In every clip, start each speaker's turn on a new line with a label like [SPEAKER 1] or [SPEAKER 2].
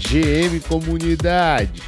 [SPEAKER 1] GM Comunidade.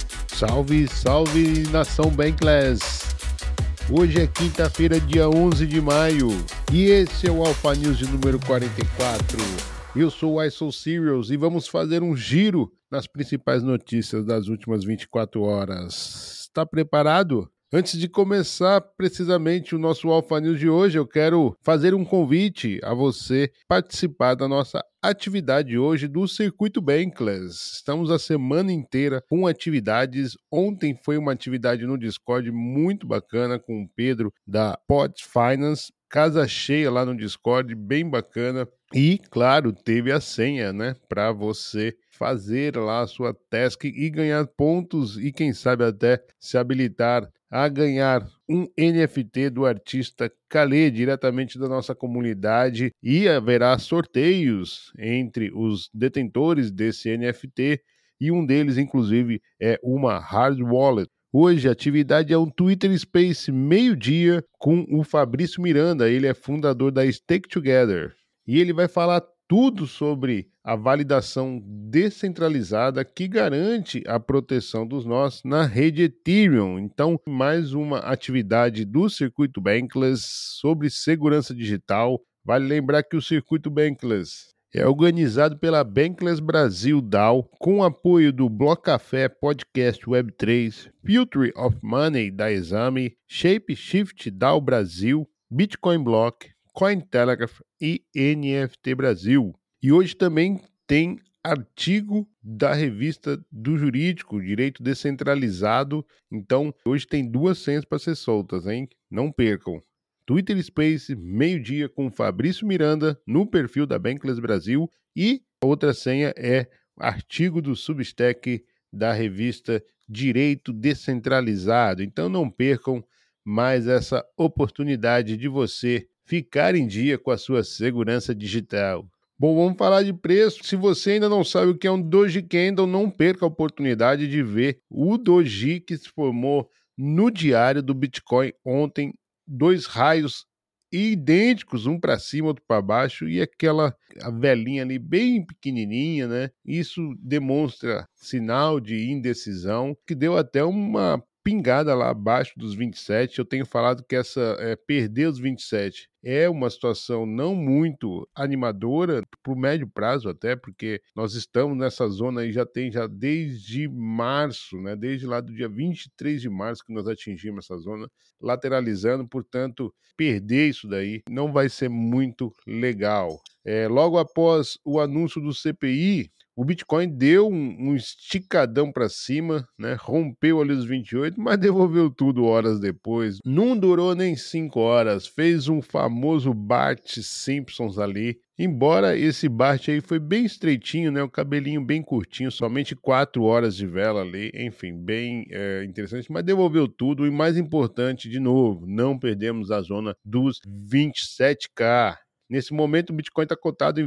[SPEAKER 1] Salve, salve nação Bankless. Hoje é quinta-feira, dia 11 de maio, e esse é o Alpha News de número 44. Eu sou o iSoulCereals e vamos fazer um giro nas principais notícias das últimas 24 horas. Está preparado? Antes de começar precisamente o nosso Alpha News de hoje, eu quero fazer um convite a você participar da nossa atividade hoje do Circuito Bankless. Estamos a semana inteira com atividades. Ontem foi uma atividade no Discord muito bacana com o Pedro da Pods Finance. Casa cheia lá no Discord, bem bacana. E, claro, teve a senha, né, para você fazer lá a sua task e ganhar pontos e, quem sabe, até se habilitar a ganhar um NFT do artista Kalé, diretamente da nossa comunidade, e haverá sorteios entre os detentores desse NFT, e um deles, inclusive, é uma hard wallet. Hoje a atividade é um Twitter Space, meio-dia, com o Fabrício Miranda. Ele é fundador da Stake Together. E ele vai falar tudo sobre a validação descentralizada que garante a proteção dos nós na rede Ethereum. Então, mais uma atividade do Circuito Bankless sobre segurança digital. Vale lembrar que o Circuito Bankless é organizado pela Bankless Brasil DAO, com apoio do Bloco Café Podcast Web3, Future of Money da Exame, Shapeshift DAO Brasil, Bitcoin Block, Cointelegraph e NFT Brasil. E hoje também tem artigo da revista do Jurídico, Direito Descentralizado. Então, hoje tem 2 senhas para ser soltas, hein? Não percam. Twitter Space, meio-dia, com Fabrício Miranda, no perfil da Bankless Brasil. E outra senha é artigo do Substack da revista Direito Descentralizado. Então, não percam mais essa oportunidade de você ficar em dia com a sua segurança digital. Bom, vamos falar de preço. Se você ainda não sabe o que é um Doji Candle, não perca a oportunidade de ver o Doji que se formou no diário do Bitcoin ontem. 2 raios idênticos, um para cima, outro para baixo, e a velinha ali bem pequenininha, né? Isso demonstra sinal de indecisão, que deu até uma pingada lá abaixo dos 27. Eu tenho falado que perder os 27 é uma situação não muito animadora para o médio prazo, até porque nós estamos nessa zona aí já desde março, né? Desde lá do dia 23 de março que nós atingimos essa zona, lateralizando. Portanto, perder isso daí não vai ser muito legal. Logo após o anúncio do CPI, o Bitcoin deu um esticadão para cima, né? Rompeu ali os 28, mas devolveu tudo horas depois. Não durou nem 5 horas, fez um famoso Bart Simpsons ali. Embora esse Bart aí foi bem estreitinho, né? O cabelinho bem curtinho, somente 4 horas de vela ali. Enfim, bem interessante, mas devolveu tudo. E mais importante, de novo, não perdemos a zona dos 27K. Nesse momento, o Bitcoin está cotado em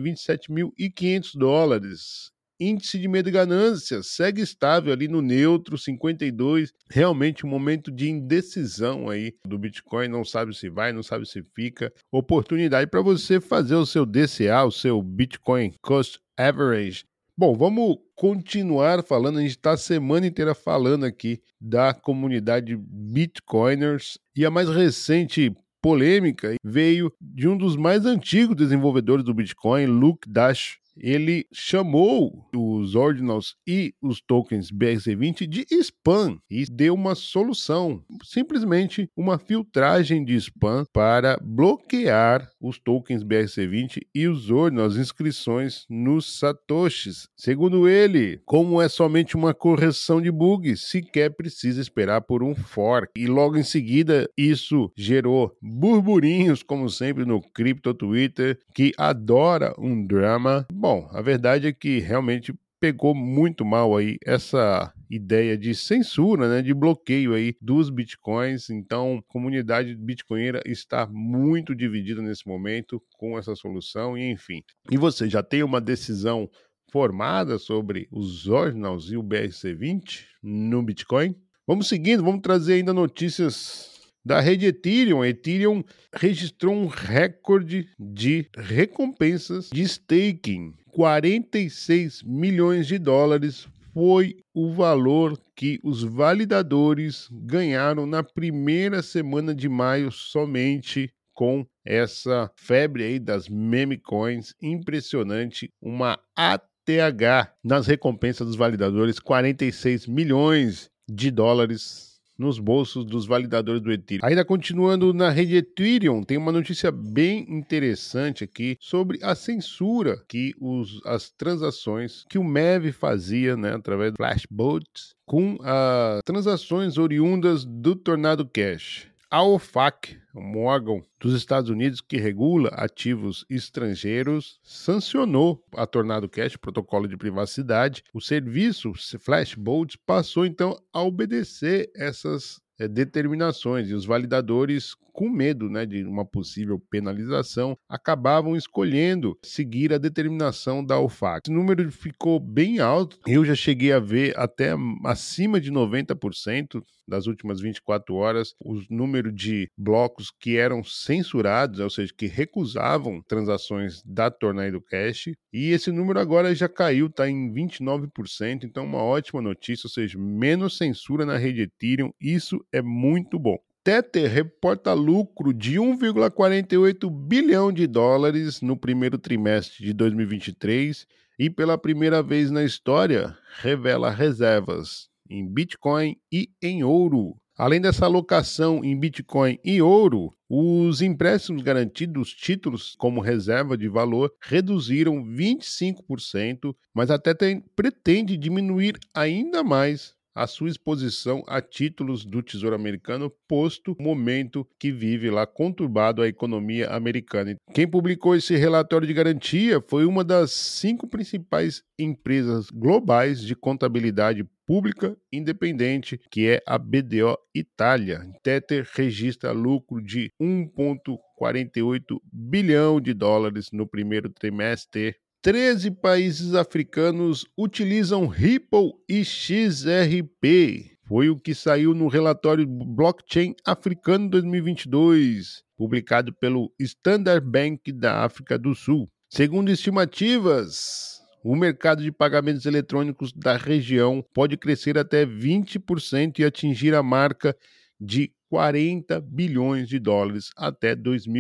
[SPEAKER 1] $27.500. Índice de medo e ganância segue estável ali no neutro, 52. Realmente um momento de indecisão aí do Bitcoin, não sabe se vai, não sabe se fica. Oportunidade para você fazer o seu DCA, o seu Bitcoin Cost Average. Bom, vamos continuar falando. A gente está a semana inteira falando aqui da comunidade Bitcoiners, e a mais recente polêmica veio de um dos mais antigos desenvolvedores do Bitcoin, Luke Dash. Ele chamou os ordinals e os tokens BRC20 de spam e deu uma solução, simplesmente uma filtragem de spam para bloquear os tokens BRC20 e os ordinals, inscrições nos satoshis. Segundo ele, como é somente uma correção de bug, sequer precisa esperar por um fork. E logo em seguida, isso gerou burburinhos, como sempre, no Crypto Twitter, que adora um drama. Bom, a verdade é que realmente pegou muito mal aí essa ideia de censura, né, de bloqueio aí dos bitcoins. Então, a comunidade bitcoinera está muito dividida nesse momento com essa solução, e enfim. E você já tem uma decisão formada sobre os ordinals e o BRC20 no Bitcoin? Vamos seguindo, vamos trazer ainda notícias da rede Ethereum. A Ethereum registrou um recorde de recompensas de staking, 46 milhões de dólares foi o valor que os validadores ganharam na primeira semana de maio somente com essa febre aí das meme coins. Impressionante, uma ATH nas recompensas dos validadores, 46 milhões de dólares nos bolsos dos validadores do Ethereum. Ainda continuando na rede Ethereum, tem uma notícia bem interessante aqui sobre a censura que as transações que o MEV fazia, né, através do Flashbots, com as transações oriundas do Tornado Cash. A OFAC, um órgão dos Estados Unidos que regula ativos estrangeiros, sancionou a Tornado Cash, protocolo de privacidade. O serviço Flashbots passou então a obedecer essas determinações, e os validadores, com medo, né, de uma possível penalização, acabavam escolhendo seguir a determinação da OFAC. Esse número ficou bem alto, eu já cheguei a ver até acima de 90% das últimas 24 horas, o número de blocos que eram censurados, ou seja, que recusavam transações da Tornado Cash, e esse número agora já caiu, está em 29%, então uma ótima notícia, ou seja, menos censura na rede Ethereum, isso é muito bom. Tether reporta lucro de 1,48 bilhão de dólares no primeiro trimestre de 2023 e pela primeira vez na história revela reservas em Bitcoin e em ouro. Além dessa alocação em Bitcoin e ouro, os empréstimos garantidos, títulos como reserva de valor, reduziram 25%, mas até pretende diminuir ainda mais a sua exposição a títulos do Tesouro Americano, posto o momento que vive lá conturbado a economia americana. Quem publicou esse relatório de garantia foi uma das 5 principais empresas globais de contabilidade pública independente, que é a BDO Itália. Tether registra lucro de 1,48 bilhão de dólares no primeiro trimestre. 13 países africanos utilizam Ripple e XRP. Foi o que saiu no relatório Blockchain Africano 2022, publicado pelo Standard Bank da África do Sul. Segundo estimativas, o mercado de pagamentos eletrônicos da região pode crescer até 20% e atingir a marca de 40 bilhões de dólares até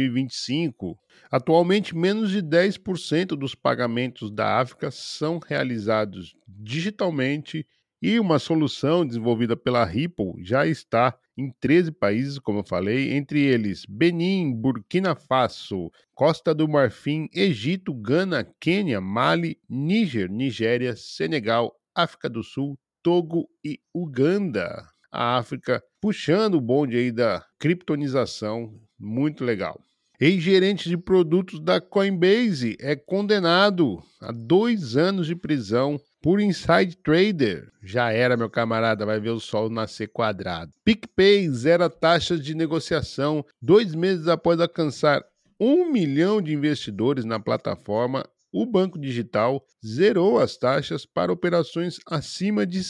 [SPEAKER 1] 2025. Atualmente, menos de 10% dos pagamentos da África são realizados digitalmente e uma solução desenvolvida pela Ripple já está em 13 países, como eu falei, entre eles Benin, Burkina Faso, Costa do Marfim, Egito, Gana, Quênia, Mali, Níger, Nigéria, Senegal, África do Sul, Togo e Uganda. A África puxando o bonde aí da criptonização, muito legal. Ex-gerente de produtos da Coinbase é condenado a 2 anos de prisão por inside trader. Já era, meu camarada, vai ver o sol nascer quadrado. PicPay zera taxas de negociação 2 meses após alcançar 1 milhão de investidores na plataforma. O banco digital zerou as taxas para operações acima de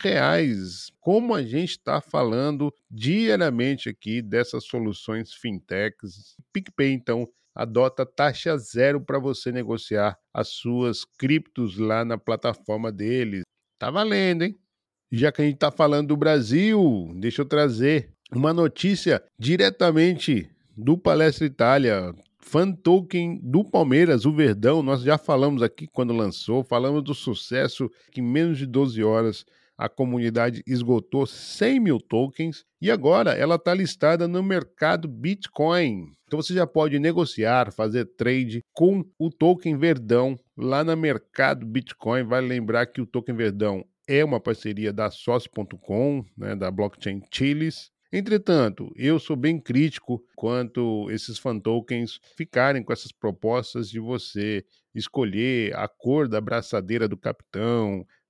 [SPEAKER 1] R$100. Como a gente está falando diariamente aqui dessas soluções fintechs, PicPay, então, adota taxa zero para você negociar as suas criptos lá na plataforma deles. Tá valendo, hein? Já que a gente está falando do Brasil, deixa eu trazer uma notícia diretamente do Palestra Itália. Fan token do Palmeiras, o Verdão, nós já falamos aqui quando lançou, falamos do sucesso que em menos de 12 horas a comunidade esgotou 100 mil tokens e agora ela está listada no mercado Bitcoin. Então você já pode negociar, fazer trade com o token Verdão lá no mercado Bitcoin. Vale lembrar que o token Verdão é uma parceria da Sócio.com, né, da blockchain Chilis. Entretanto, eu sou bem crítico quanto esses fan tokens ficarem com essas propostas de você escolher a cor da braçadeira do capitão,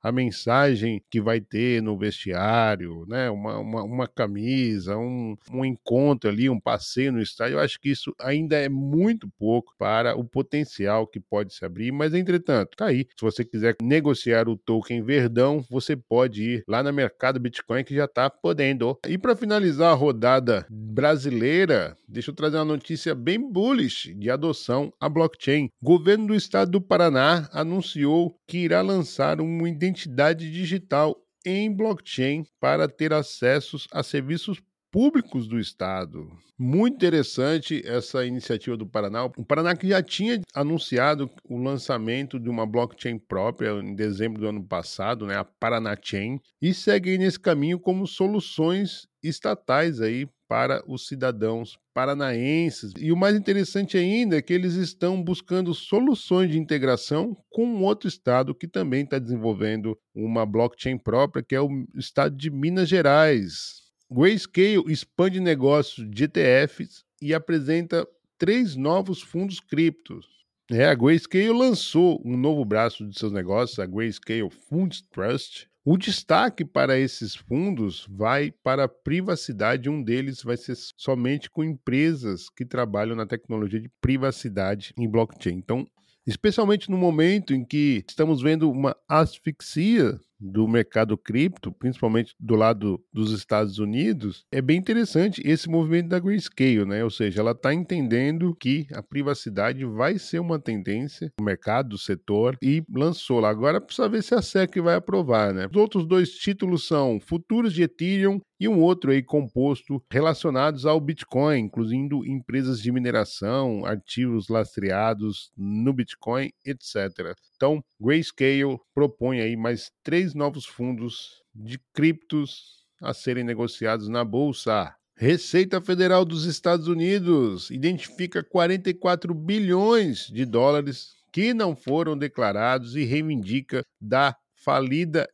[SPEAKER 1] a mensagem que vai ter no vestiário, né? Uma camisa, um encontro ali, um passeio no estádio. Eu acho que isso ainda é muito pouco para o potencial que pode se abrir, mas entretanto, tá aí. Se você quiser negociar o token Verdão, você pode ir lá no mercado Bitcoin que já está podendo. E para finalizar a rodada brasileira, deixa eu trazer uma notícia bem bullish de adoção à blockchain. O governo do estado do Paraná anunciou que irá lançar uma identidade digital em blockchain para ter acessos a serviços públicos do estado. Muito interessante essa iniciativa do Paraná. O Paraná que já tinha anunciado o lançamento de uma blockchain própria em dezembro do ano passado, né, a Paranachain, e segue nesse caminho como soluções estatais aí para os cidadãos paranaenses. E o mais interessante ainda é que eles estão buscando soluções de integração com um outro estado que também está desenvolvendo uma blockchain própria, que é o estado de Minas Gerais. Grayscale expande negócios de ETFs e apresenta 3 novos fundos criptos. A Grayscale lançou um novo braço de seus negócios, a Grayscale Funds Trust. O destaque para esses fundos vai para a privacidade. Um deles vai ser somente com empresas que trabalham na tecnologia de privacidade em blockchain. Então, especialmente no momento em que estamos vendo uma asfixia do mercado cripto, principalmente do lado dos Estados Unidos, é bem interessante esse movimento da Grayscale, né? Ou seja, ela está entendendo que a privacidade vai ser uma tendência no mercado, do setor, e lançou lá. Agora precisa ver se a SEC vai aprovar, né? Os outros 2 títulos são futuros de Ethereum e um outro aí composto relacionados ao Bitcoin, incluindo empresas de mineração, ativos lastreados no Bitcoin, etc. Então, Grayscale propõe aí mais 3 novos fundos de criptos a serem negociados na bolsa. Receita Federal dos Estados Unidos identifica 44 bilhões de dólares que não foram declarados e reivindica da falida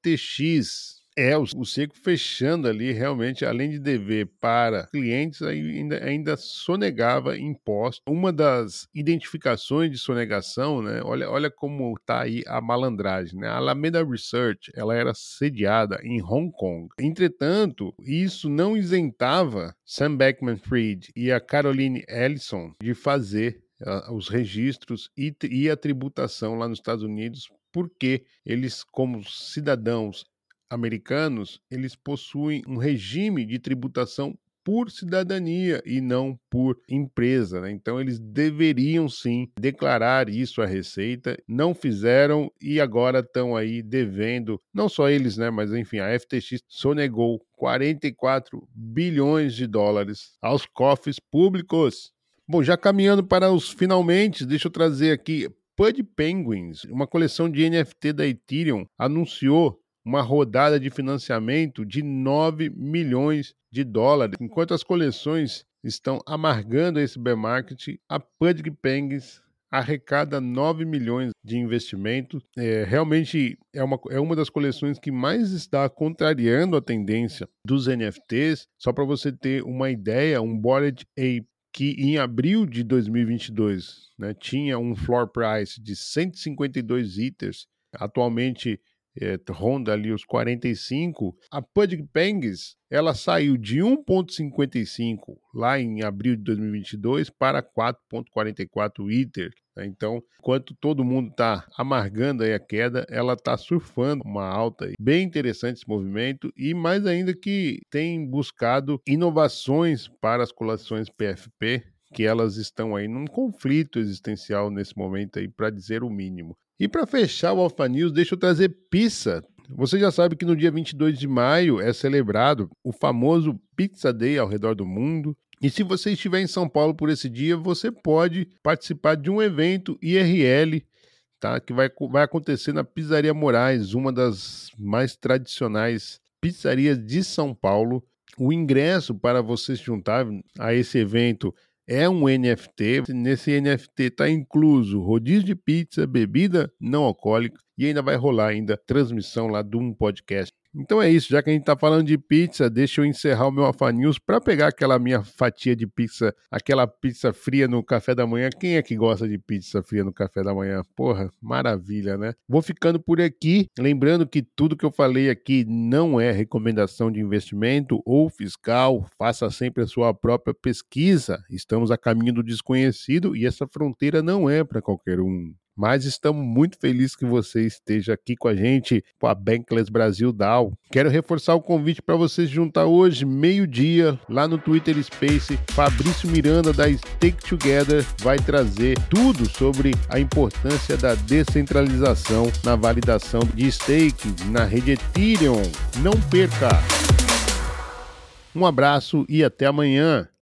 [SPEAKER 1] FTX. O seco fechando ali, realmente, além de dever para clientes, ainda sonegava impostos. Uma das identificações de sonegação, né? Olha como está aí a malandragem, né? A Alameda Research, ela era sediada em Hong Kong. Entretanto, isso não isentava Sam Bankman-Fried e a Caroline Ellison de fazer os registros e a tributação lá nos Estados Unidos, porque eles, como cidadãos americanos, eles possuem um regime de tributação por cidadania e não por empresa, né? Então eles deveriam sim declarar isso à Receita, não fizeram e agora estão aí devendo, não só eles, né? Mas enfim, a FTX sonegou 44 bilhões de dólares aos cofres públicos. Bom, já caminhando para os finalmente, deixa eu trazer aqui Pud Penguins, uma coleção de NFT da Ethereum, anunciou uma rodada de financiamento de 9 milhões de dólares. Enquanto as coleções estão amargando esse bear market, a Pudgy Penguins arrecada 9 milhões de investimento. Realmente é uma das coleções que mais está contrariando a tendência dos NFTs. Só para você ter uma ideia, um Bored Ape que em abril de 2022, né, tinha um floor price de 152 Ethers, atualmente ronda ali os 45, a Pudgy Penguins, ela saiu de 1,55 lá em abril de 2022 para 4,44 Ether. Né? Então, enquanto todo mundo está amargando aí a queda, ela está surfando uma alta aí. Bem interessante esse movimento e mais ainda que tem buscado inovações para as coleções PFP, que elas estão aí num conflito existencial nesse momento aí, para dizer o mínimo. E para fechar o Alpha News, deixa eu trazer pizza. Você já sabe que no dia 22 de maio é celebrado o famoso Pizza Day ao redor do mundo. E se você estiver em São Paulo por esse dia, você pode participar de um evento IRL, tá? Que vai acontecer na Pizzaria Moraes, uma das mais tradicionais pizzarias de São Paulo. O ingresso para você se juntar a esse evento é um NFT. Nesse NFT está incluso rodízio de pizza, bebida não alcoólica e ainda vai rolar ainda transmissão lá de um podcast. Então é isso, já que a gente tá falando de pizza, deixa eu encerrar o meu Alpha News para pegar aquela minha fatia de pizza, aquela pizza fria no café da manhã. Quem é que gosta de pizza fria no café da manhã? Porra, maravilha, né? Vou ficando por aqui, lembrando que tudo que eu falei aqui não é recomendação de investimento ou fiscal, faça sempre a sua própria pesquisa. Estamos a caminho do desconhecido e essa fronteira não é para qualquer um. Mas estamos muito felizes que você esteja aqui com a gente, com a Bankless Brasil DAO. Quero reforçar o convite para você se juntar hoje, meio-dia, lá no Twitter Space. Fabrício Miranda, da Stake Together, vai trazer tudo sobre a importância da descentralização na validação de stake na rede Ethereum. Não perca! Um abraço e até amanhã!